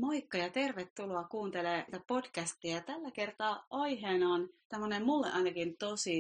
Moikka ja tervetuloa kuuntelemaan tätä podcastia. Tällä kertaa aiheena on tämmöinen mulle ainakin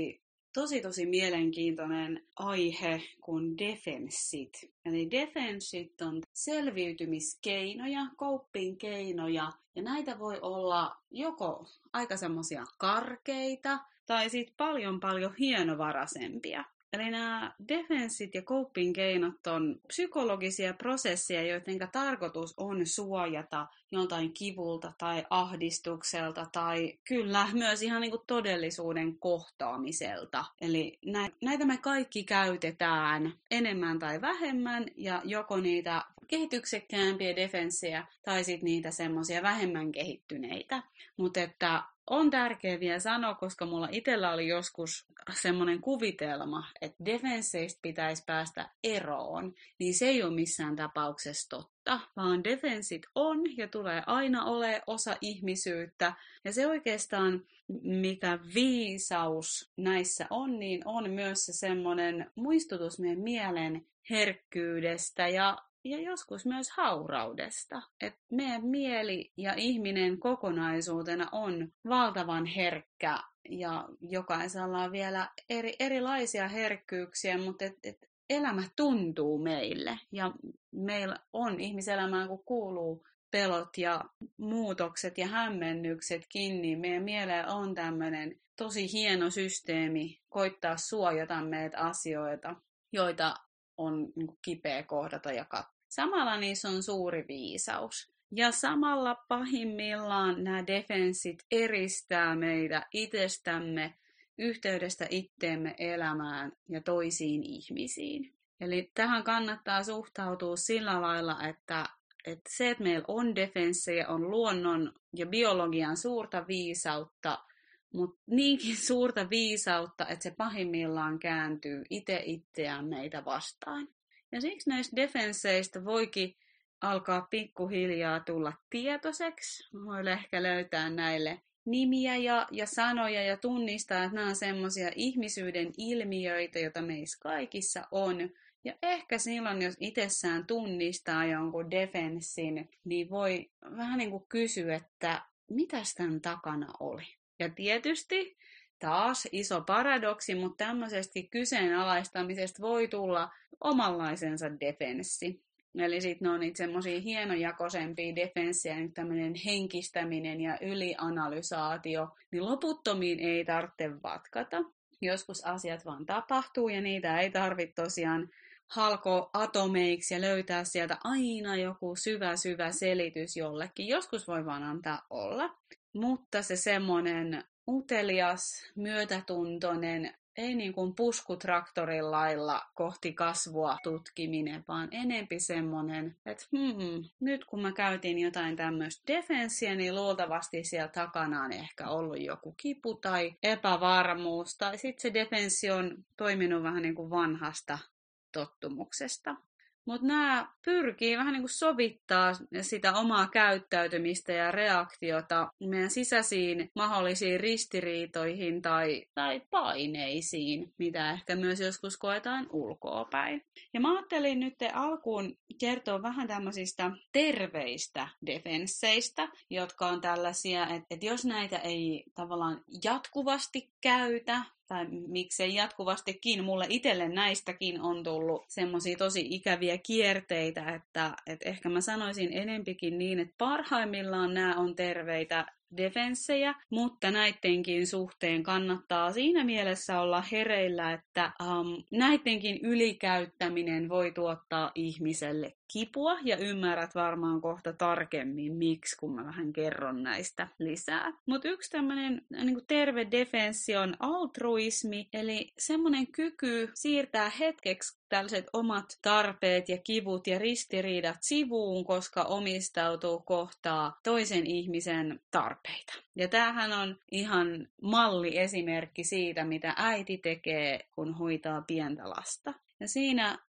tosi mielenkiintoinen aihe kuin defenssit. Eli defenssit on selviytymiskeinoja, coping keinoja ja näitä voi olla joko aika semmoisia karkeita tai sitten paljon hienovaraisempia. Eli nämä defenssit ja coping-keinot on psykologisia prosesseja, joiden tarkoitus on suojata joltain kivulta tai ahdistukselta tai kyllä myös ihan niin kuin todellisuuden kohtaamiselta. Eli näitä me kaikki käytetään enemmän tai vähemmän ja joko niitä kehityksekkäämpiä defenssejä tai sitten niitä semmoisia vähemmän kehittyneitä. Mutta että on tärkeää vielä sanoa, koska mulla itsellä oli joskus semmoinen kuvitelma, että defensseistä pitäisi päästä eroon, niin se ei ole missään tapauksessa totta, vaan defenssit on ja tulee aina olemaan osa ihmisyyttä. Ja se oikeastaan, mikä viisaus näissä on, niin on myös se semmoinen muistutus meidän mielen herkkyydestä ja joskus myös hauraudesta. Et meidän mieli ja ihminen kokonaisuutena on valtavan herkkä ja jokaisella on vielä erilaisia herkkyyksiä, mutta elämä tuntuu meille ja meillä on ihmiselämään, kun kuuluu pelot ja muutokset ja hämmennyksetkin, niin meidän mielellä on tämmöinen tosi hieno systeemi koittaa suojata meitä asioita, joita on kipeä kohdata ja katsoa. Samalla niissä on suuri viisaus. Ja samalla pahimmillaan nämä defenssit eristää meitä itsestämme, yhteydestä itteemme, elämään ja toisiin ihmisiin. Eli tähän kannattaa suhtautua sillä lailla, että se, että meillä on defenssejä, on luonnon ja biologian suurta viisautta, mutta niinkin suurta viisautta, että se pahimmillaan kääntyy itseään meitä vastaan. Ja siksi näistä defensseistä voikin alkaa pikkuhiljaa tulla tietoiseksi. Voi ehkä löytää näille nimiä ja sanoja ja tunnistaa, että nämä on semmoisia ihmisyyden ilmiöitä, joita meissä kaikissa on. Ja ehkä silloin, jos itsessään tunnistaa jonkun defenssin, niin voi vähän niin kuin kysyä, että mitäs tämän takana oli. Ja tietysti taas iso paradoksi, mutta tämmöisestä kyseenalaistamisesta voi tulla omanlaisensa defenssi. Eli sitten ne on niitä semmoisia hienojakoisempia defenssejä, niin tämmöinen henkistäminen ja ylianalysaatio, niin loputtomiin ei tarvitse vatkata. Joskus asiat vaan tapahtuu ja niitä ei tarvitse tosiaan halkoa atomeiksi ja löytää sieltä aina joku syvä selitys jollekin. Joskus voi vaan antaa olla, mutta se semmoinen utelias, myötätuntoinen, ei niin kuin puskutraktorin lailla kohti kasvua tutkiminen, vaan enempi semmoinen, että nyt kun mä käytin jotain tämmöistä defenssiä, niin luultavasti siellä takana on ehkä ollut joku kipu tai epävarmuus, tai sitten se defenssi on toiminut vähän niin kuin vanhasta tottumuksesta. Mutta nämä pyrkii vähän niin kuin sovittaa sitä omaa käyttäytymistä ja reaktiota meidän sisäisiin mahdollisiin ristiriitoihin tai paineisiin, mitä ehkä myös joskus koetaan ulkoapäin. Ja mä ajattelin nyt alkuun kertoa vähän tämmöisistä terveistä defensseistä, jotka on tällaisia, että jos näitä ei tavallaan jatkuvasti käytä, tai miksei jatkuvastikin, mulle itselle näistäkin on tullut semmoisia tosi ikäviä kierteitä, että ehkä mä sanoisin enempikin niin, että parhaimmillaan nämä on terveitä defenssejä, mutta näidenkin suhteen kannattaa siinä mielessä olla hereillä, että näidenkin ylikäyttäminen voi tuottaa ihmiselle kipua, ja ymmärrät varmaan kohta tarkemmin, miksi, kun mä vähän kerron näistä lisää. Mutta yksi tämmöinen niin terve defenssi on altruismi, eli semmoinen kyky siirtää hetkeksi tällaiset omat tarpeet ja kivut ja ristiriidat sivuun, koska omistautuu kohtaa toisen ihmisen tarpeita. Ja tämähän on ihan malliesimerkki siitä, mitä äiti tekee, kun hoitaa pientä lasta. Ja siinä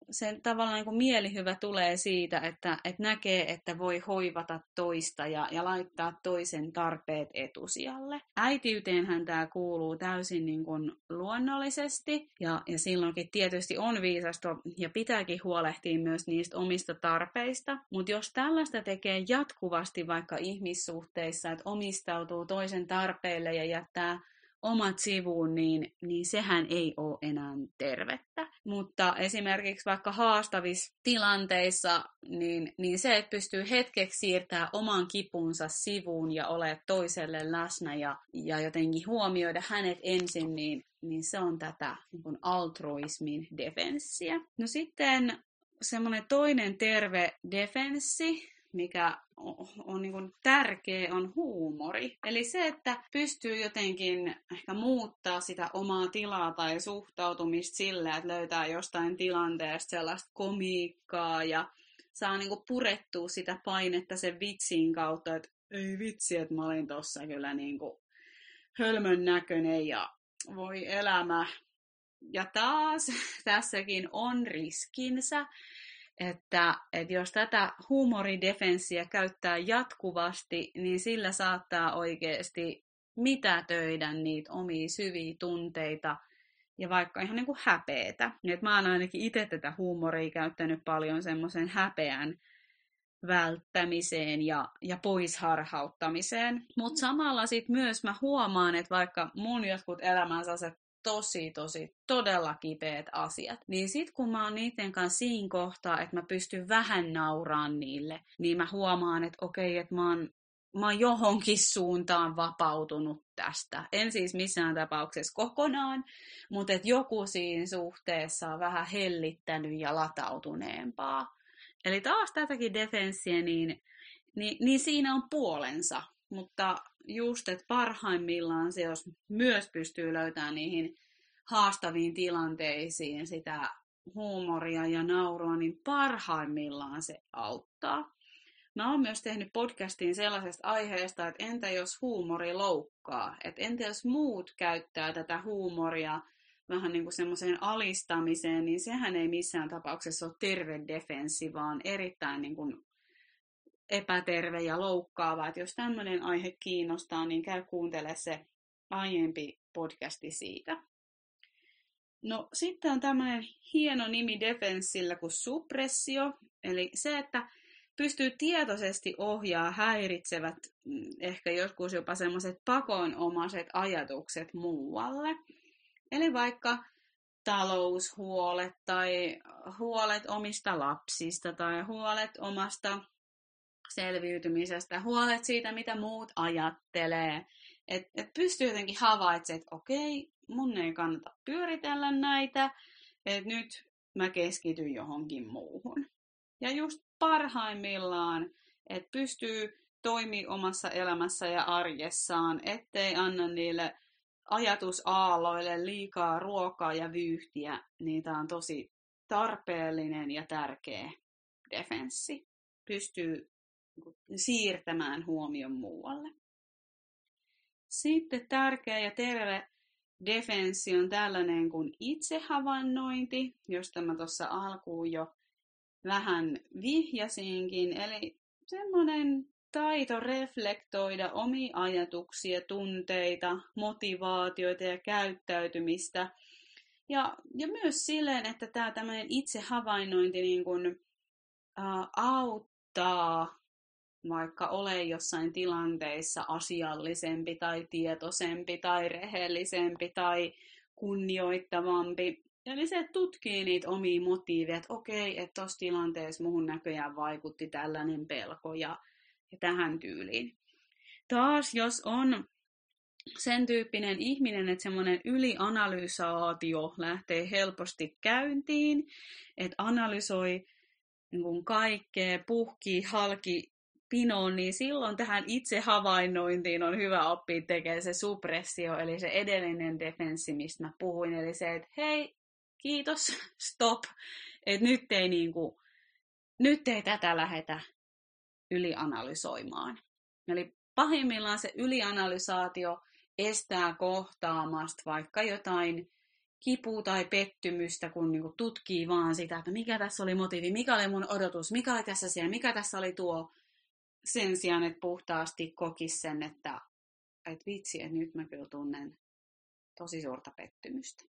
sen tavallaan niin kuin mielihyvä tulee siitä, että näkee, että voi hoivata toista ja laittaa toisen tarpeet etusijalle. Äitiyteenhän tämä kuuluu täysin niin kuin luonnollisesti ja silloinkin tietysti on viisasta ja pitääkin huolehtia myös niistä omista tarpeista. Mutta jos tällaista tekee jatkuvasti vaikka ihmissuhteissa, että omistautuu toisen tarpeille ja jättää omat sivuun, niin sehän ei ole enää tervettä. Mutta esimerkiksi vaikka haastavissa tilanteissa, niin se, että pystyy hetkeksi siirtämään oman kipunsa sivuun ja ole toiselle läsnä ja jotenkin huomioida hänet ensin, niin se on tätä niin kuin altruismin defenssiä. No sitten semmoinen toinen terve defenssi, mikä on niin kuin tärkeä, on huumori. Eli se, että pystyy jotenkin ehkä muuttaa sitä omaa tilaa tai suhtautumista sillä, että löytää jostain tilanteesta sellaista komiikkaa ja saa niin kuin purettua sitä painetta sen vitsin kautta, että ei vitsi, että mä olin tossa kyllä niin kuin hölmön näköinen ja voi elämä. Ja taas tässäkin on riskinsä. Että jos tätä huumoridefenssiä käyttää jatkuvasti, niin sillä saattaa oikeasti mitätöidä niitä omia syviä tunteita ja vaikka ihan niin kuin häpeetä. Et mä oon ainakin itse tätä huumoria käyttänyt paljon semmoisen häpeän välttämiseen ja poisharhauttamiseen. Mutta samalla sit myös mä huomaan, että vaikka mun jotkut elämänsä todella kipeät asiat. Niin sit kun mä oon niiden kanssa siinä kohtaa, että mä pystyn vähän nauraan niille, niin mä huomaan, että okei, että mä oon johonkin suuntaan vapautunut tästä. En siis missään tapauksessa kokonaan, mutta että joku siinä suhteessa on vähän hellittänyt ja latautuneempaa. Eli taas tätäkin defenssiä, niin siinä on puolensa. Mutta just, että parhaimmillaan se, jos myös pystyy löytämään niihin haastaviin tilanteisiin sitä huumoria ja naurua, niin parhaimmillaan se auttaa. Mä oon myös tehnyt podcastin sellaisesta aiheesta, että entä jos huumori loukkaa? Että entä jos muut käyttää tätä huumoria vähän niin kuin semmoiseen alistamiseen, niin sehän ei missään tapauksessa ole terve defenssi, vaan erittäin niin kuin epäterve ja loukkaava. Että jos tämmöinen aihe kiinnostaa, niin käy kuuntele se aiempi podcasti siitä. No sitten on tämmöinen hieno nimi defenssillä kuin suppressio. Eli se, että pystyy tietoisesti ohjaa häiritsevät, ehkä joskus jopa semmoiset pakonomaiset ajatukset muualle. Eli vaikka taloushuolet tai huolet omista lapsista tai huolet omasta selviytymisestä, huolet siitä, mitä muut ajattelee. Et pystyy jotenkin havaitsemaan, että okei, mun ei kannata pyöritellä näitä, että nyt mä keskityn johonkin muuhun. Ja just parhaimmillaan, että pystyy toimimaan omassa elämässä ja arjessaan, ettei anna niille ajatusaalloille liikaa ruokaa ja vyyhtiä, niin tämä on tosi tarpeellinen ja tärkeä defenssi. Pystyy siirtämään huomion muualle. Sitten tärkeä ja terve defenssi on tällainen kuin itsehavainnointi, josta mä tuossa alkuun jo vähän vihjasinkin. Eli semmoinen taito reflektoida omia ajatuksia, tunteita, motivaatioita ja käyttäytymistä. Ja myös silleen, että tämä tämmöinen itsehavainnointi niin kuin, auttaa vaikka ole jossain tilanteissa asiallisempi tai tietoisempi tai rehellisempi tai kunnioittavampi. Eli se tutkii niitä omia motiiveja, että okei, että tuossa tilanteessa muhun näköjään vaikutti tällainen pelko ja tähän tyyliin. Taas jos on sen tyyppinen ihminen, että semmoinen ylianalysaatio lähtee helposti käyntiin, että analysoi niin kuin kaikkea, puhki, halki, pinoon, niin silloin tähän itsehavainnointiin on hyvä oppia tekemään se suppressio, eli se edellinen defenssi, mistä mä puhuin, eli se, että hei, kiitos, stop, että nyt ei tätä lähdetä ylianalysoimaan. Eli pahimmillaan se ylianalysaatio estää kohtaamasta vaikka jotain kipua tai pettymystä, kun niin kuin tutkii vaan sitä, että mikä tässä oli motiivi, mikä oli mun odotus, mikä oli tässä se ja mikä tässä oli tuo, sen sijaan, että puhtaasti kokisi sen, että vitsi, että nyt mä kyllä tunnen tosi suurta pettymystä.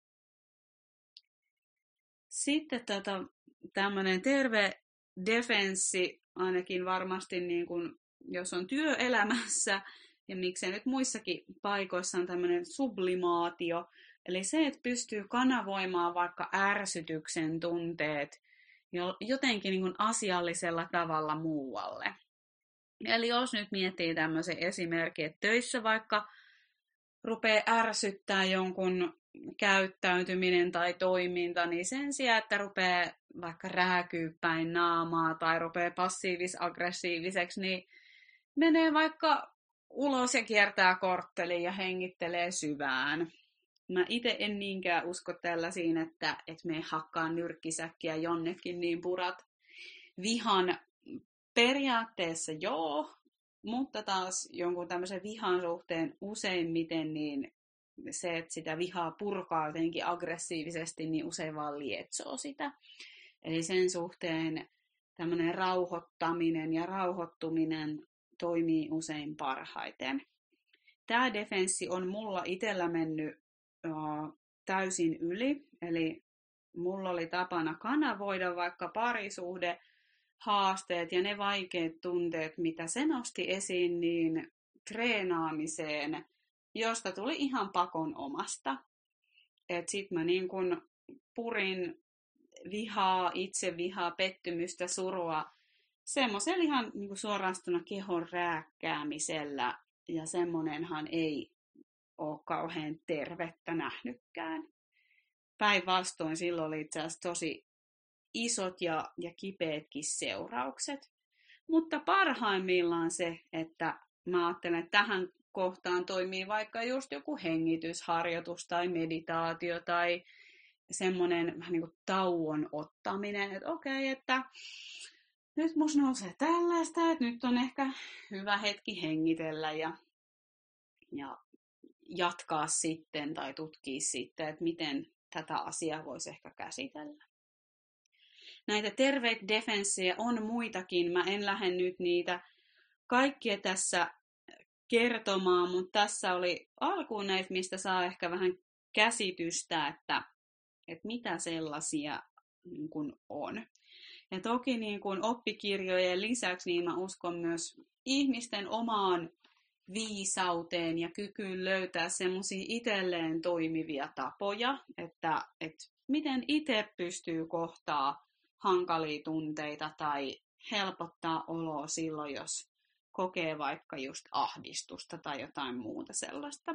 Sitten tämmöinen terve defenssi, ainakin varmasti niin kuin, jos on työelämässä, ja miksei nyt muissakin paikoissa on tämmöinen sublimaatio, eli se, että pystyy kanavoimaan vaikka ärsytyksen tunteet jotenkin niin kuin asiallisella tavalla muualle. Eli jos nyt miettii tämmöisen esimerkin, että töissä vaikka rupeaa ärsyttää jonkun käyttäytyminen tai toiminta, niin sen sijaan, että rupeaa vaikka rääkyy päin naamaa tai rupeaa passiivis-aggressiiviseksi, niin menee vaikka ulos ja kiertää kortteliin ja hengittelee syvään. Mä itse en niinkään usko tällaisiin, että me hakkaa nyrkkisäkkiä jonnekin, niin purat vihan periaatteessa joo, mutta taas jonkun tämmöisen vihan suhteen useimmiten niin se, että sitä vihaa purkaa jotenkin aggressiivisesti, niin usein vaan lietsoo sitä. Eli sen suhteen tämmöinen rauhoittaminen ja rauhoittuminen toimii usein parhaiten. Tämä defenssi on mulla itsellä mennyt täysin yli, eli mulla oli tapana kanavoida vaikka parisuhde, haasteet ja ne vaikeat tunteet, mitä se nosti esiin, niin treenaamiseen, josta tuli ihan pakon omasta. Et sit mä niin kun purin vihaa, itsevihaa, pettymystä, surua semmoisella ihan niin suorastuna kehon rääkkäämisellä, ja semmonenhan ei ole kauhean tervettä nähnytkään. Päinvastoin silloin oli itse asiassa tosi isot ja kipeätkin seuraukset. Mutta parhaimmillaan se, että mä ajattelen, että tähän kohtaan toimii vaikka just joku hengitysharjoitus tai meditaatio tai semmoinen vähän niin kuin tauon ottaminen, että okei, että nyt musta nousee tällaista, että nyt on ehkä hyvä hetki hengitellä ja jatkaa sitten tai tutkia sitten, että miten tätä asiaa voisi ehkä käsitellä. Näitä terveitä defenssejä on muitakin. Mä en lähde nyt niitä kaikkia tässä kertomaan, mutta tässä oli alkuun näitä, mistä saa ehkä vähän käsitystä, että mitä sellaisia niin kuin on. Ja toki niin kuin oppikirjojen lisäksi niin mä uskon myös ihmisten omaan viisauteen ja kykyyn löytää semmoisia itselleen toimivia tapoja, että miten itse pystyy kohtaa hankalia tunteita tai helpottaa oloa silloin, jos kokee vaikka just ahdistusta tai jotain muuta sellaista.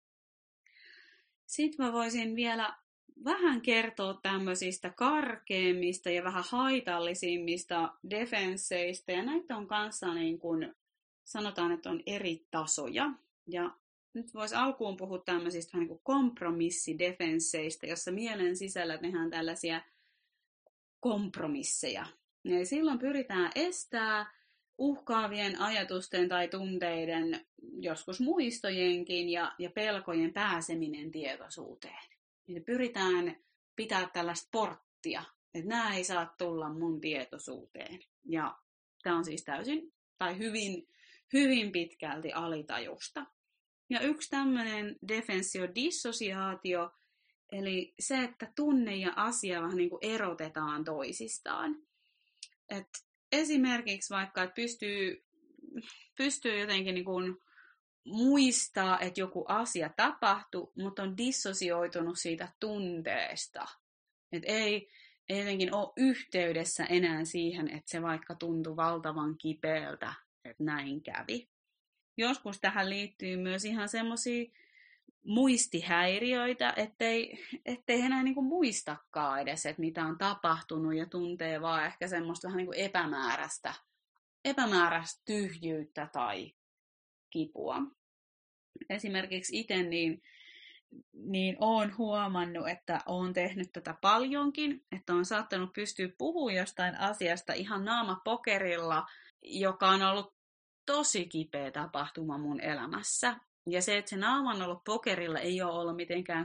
Sitten mä voisin vielä vähän kertoa tämmöisistä karkeimmista ja vähän haitallisimmista defensseistä. Ja näitä on kanssa niin kuin sanotaan, että on eri tasoja. Ja nyt voisi alkuun puhua tämmöisistä vähän niin kuin kompromissidefensseistä, jossa mielen sisällä tehdään tällaisia kompromisseja. Ja silloin pyritään estää uhkaavien ajatusten tai tunteiden, joskus muistojenkin ja pelkojen pääseminen tietoisuuteen. Niin pyritään pitää tällaista porttia, että nämä ei saa tulla mun tietoisuuteen. Ja tämä on siis täysin tai hyvin pitkälti alitajusta. Ja yksi tämmöinen defenssi on dissosiaatio, eli se, että tunne ja asia vähän niin kuin erotetaan toisistaan. Et esimerkiksi vaikka, että pystyy jotenkin niin kuin muistaa, että joku asia tapahtui, mutta on dissosioitunut siitä tunteesta. Et ei jotenkin ole yhteydessä enää siihen, että se vaikka tuntui valtavan kipeältä, että näin kävi. Joskus tähän liittyy myös ihan semmoisia muistihäiriöitä, ettei enää niinku muistakaan edes, että mitä on tapahtunut ja tuntee vaan ehkä semmoista vähän niinku epämääräistä tyhjyyttä tai kipua. Esimerkiksi itse niin olen huomannut, että olen tehnyt tätä paljonkin, että olen saattanut pystyä puhumaan jostain asiasta ihan naamapokerilla, joka on ollut tosi kipeä tapahtuma mun elämässä. Ja se, että se naama on ollut pokerilla, ei ole ollut mitenkään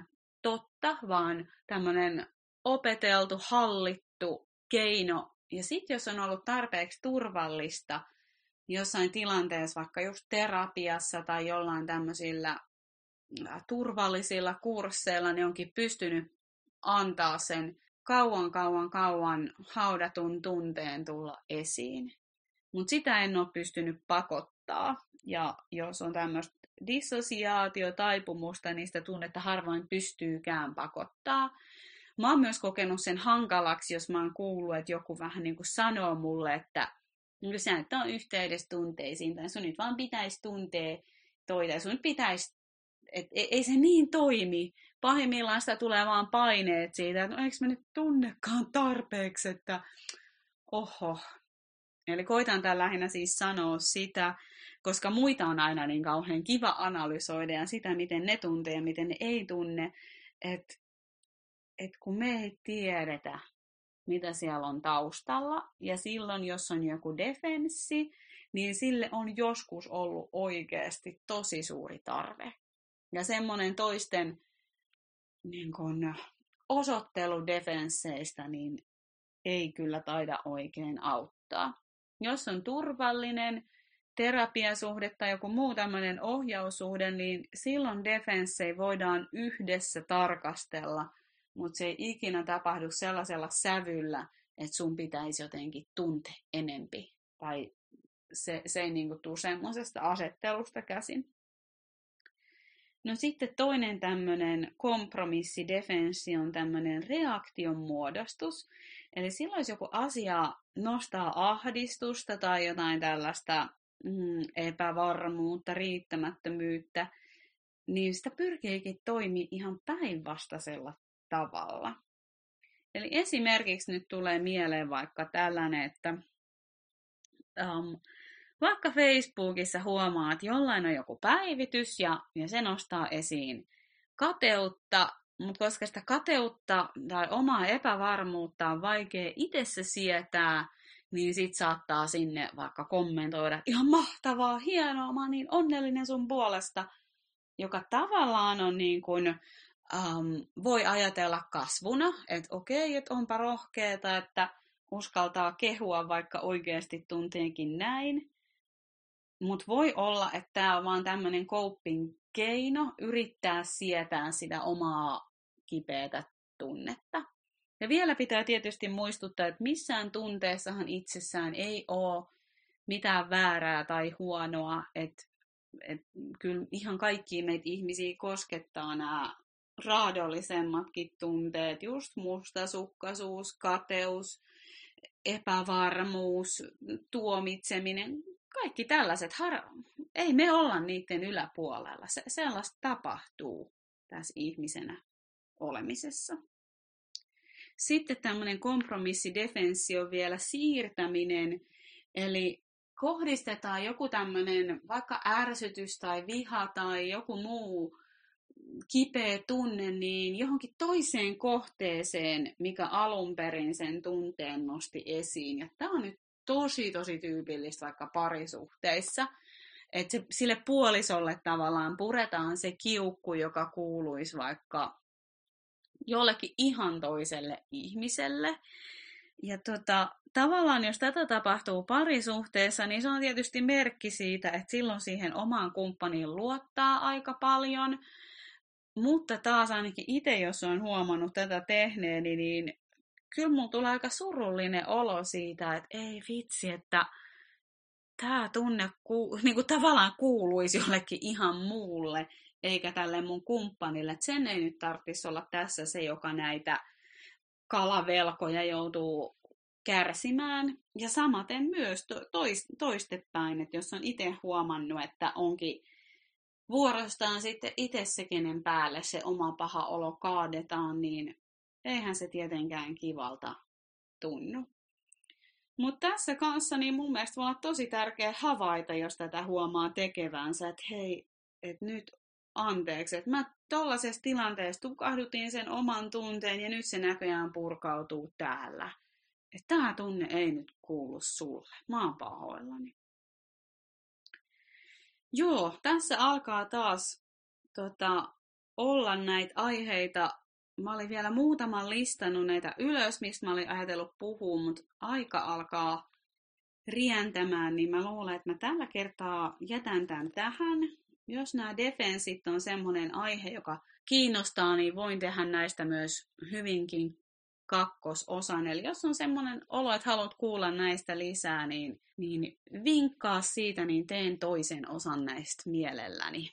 totta, vaan tämmöinen opeteltu, hallittu keino. Ja sitten jos on ollut tarpeeksi turvallista jossain tilanteessa, vaikka just terapiassa tai jollain tämmöisillä turvallisilla kursseilla, niin onkin pystynyt antaa sen kauan haudatun tunteen tulla esiin. Mutta sitä en ole pystynyt pakottaa. Ja jos on tämmöistä dissosiaatiotaipumusta, niin sitä tunnetta harvoin pystyykään pakottaa. Mä oon myös kokenut sen hankalaksi, jos mä oon kuullut, että joku vähän niin kuin sanoo mulle, että sä et ole yhteydessä tunteisiin, tai sun nyt vaan pitäisi tuntea toi, tai sun nyt pitäisi, että ei se niin toimi. Pahimmillaan sitä tulee vaan paineet siitä, että no eikö mä nyt tunnekaan tarpeeksi, että oho. Eli koitan tämän lähinnä siis sanoa sitä, koska muita on aina niin kauhean kiva analysoida ja sitä, miten ne tuntee ja miten ne ei tunne, että kun me ei tiedetä, mitä siellä on taustalla, ja silloin, jos on joku defenssi, niin sille on joskus ollut oikeasti tosi suuri tarve. Ja semmoinen toisten niin kun, osoittelu defensseistä niin ei kyllä taida oikein auttaa. Jos on turvallinen terapiasuhde tai joku muu tämmöinen ohjaussuhde, niin silloin defenssejä voidaan yhdessä tarkastella, mutta se ei ikinä tapahdu sellaisella sävyllä, että sun pitäisi jotenkin tuntea enempi. Tai se ei niinku tule semmoisesta asettelusta käsin. No sitten toinen tämmöinen kompromissidefenssi on tämmöinen reaktion muodostus. Eli silloin jos joku asia nostaa ahdistusta tai jotain tällaista epävarmuutta, riittämättömyyttä, niin sitä pyrkiikin toimia ihan päinvastaisella tavalla. Eli esimerkiksi nyt tulee mieleen vaikka tällainen, että vaikka Facebookissa huomaa, että jollain on joku päivitys ja se nostaa esiin kateutta, mutta koska sitä kateutta tai omaa epävarmuutta on vaikea itse sietää, niin sit saattaa sinne vaikka kommentoida, ihan mahtavaa, hienoa, mä oon niin onnellinen sun puolesta, joka tavallaan on niin kuin, voi ajatella kasvuna, että okei, että onpa rohkeeta, että uskaltaa kehua, vaikka oikeasti tunteekin näin. Mutta voi olla, että tämä on vaan tämmöinen coping keino yrittää sietää sitä omaa kipeätä tunnetta. Ja vielä pitää tietysti muistuttaa, että missään tunteessahan itsessään ei ole mitään väärää tai huonoa. Että kyllä ihan kaikkia meitä ihmisiä koskettaa nämä raadollisemmatkin tunteet. Just mustasukkaisuus, kateus, epävarmuus, tuomitseminen. Kaikki tällaiset, ei me olla niiden yläpuolella. Sellaista tapahtuu tässä ihmisenä olemisessa. Sitten tämmöinen kompromissidefenssi on vielä siirtäminen, eli kohdistetaan joku tämmöinen vaikka ärsytys tai viha tai joku muu kipeä tunne niin johonkin toiseen kohteeseen, mikä alun perin sen tunteen nosti esiin. Ja tämä on nyt tosi tyypillistä vaikka parisuhteissa, että sille puolisolle tavallaan puretaan se kiukku, joka kuuluisi vaikka jollekin ihan toiselle ihmiselle. Ja tavallaan jos tätä tapahtuu parisuhteessa, niin se on tietysti merkki siitä, että silloin siihen omaan kumppaniin luottaa aika paljon. Mutta taas ainakin itse, jos olen huomannut tätä tehneeni, niin kyllä mulla tulee aika surullinen olo siitä, että ei vitsi, että tämä tunne niin kuin tavallaan kuuluisi jollekin ihan muulle, eikä tälle mun kumppanille. Että sen ei nyt tarvitsisi olla tässä se, joka näitä kalavelkoja joutuu kärsimään. Ja samaten myös toistepäin, että jos on itse huomannut, että onkin vuorostaan sitten itse se, kenen päälle se oma paha olo kaadetaan, niin eihän se tietenkään kivalta tunnu. Mutta tässä kanssa niin mun mielestä voi olla tosi tärkeä havaita, jos tätä huomaa tekevänsä, että hei, että nyt anteeksi, että mä tollaisessa tilanteessa tukahdutin sen oman tunteen ja nyt se näköjään purkautuu täällä. Että tämä tunne ei nyt kuulu sulle, mä oon pahoillani. Joo, tässä alkaa taas olla näitä aiheita. Mä olin vielä muutaman listannut näitä ylös, mistä mä olin ajatellut puhua, mutta aika alkaa rientämään, niin mä luulen, että mä tällä kertaa jätän tämän tähän. Jos nämä defenssit on semmoinen aihe, joka kiinnostaa, niin voin tehdä näistä myös hyvinkin kakkososan. Eli jos on semmoinen olo, että haluat kuulla näistä lisää, niin vinkkaa siitä, niin teen toisen osan näistä mielelläni.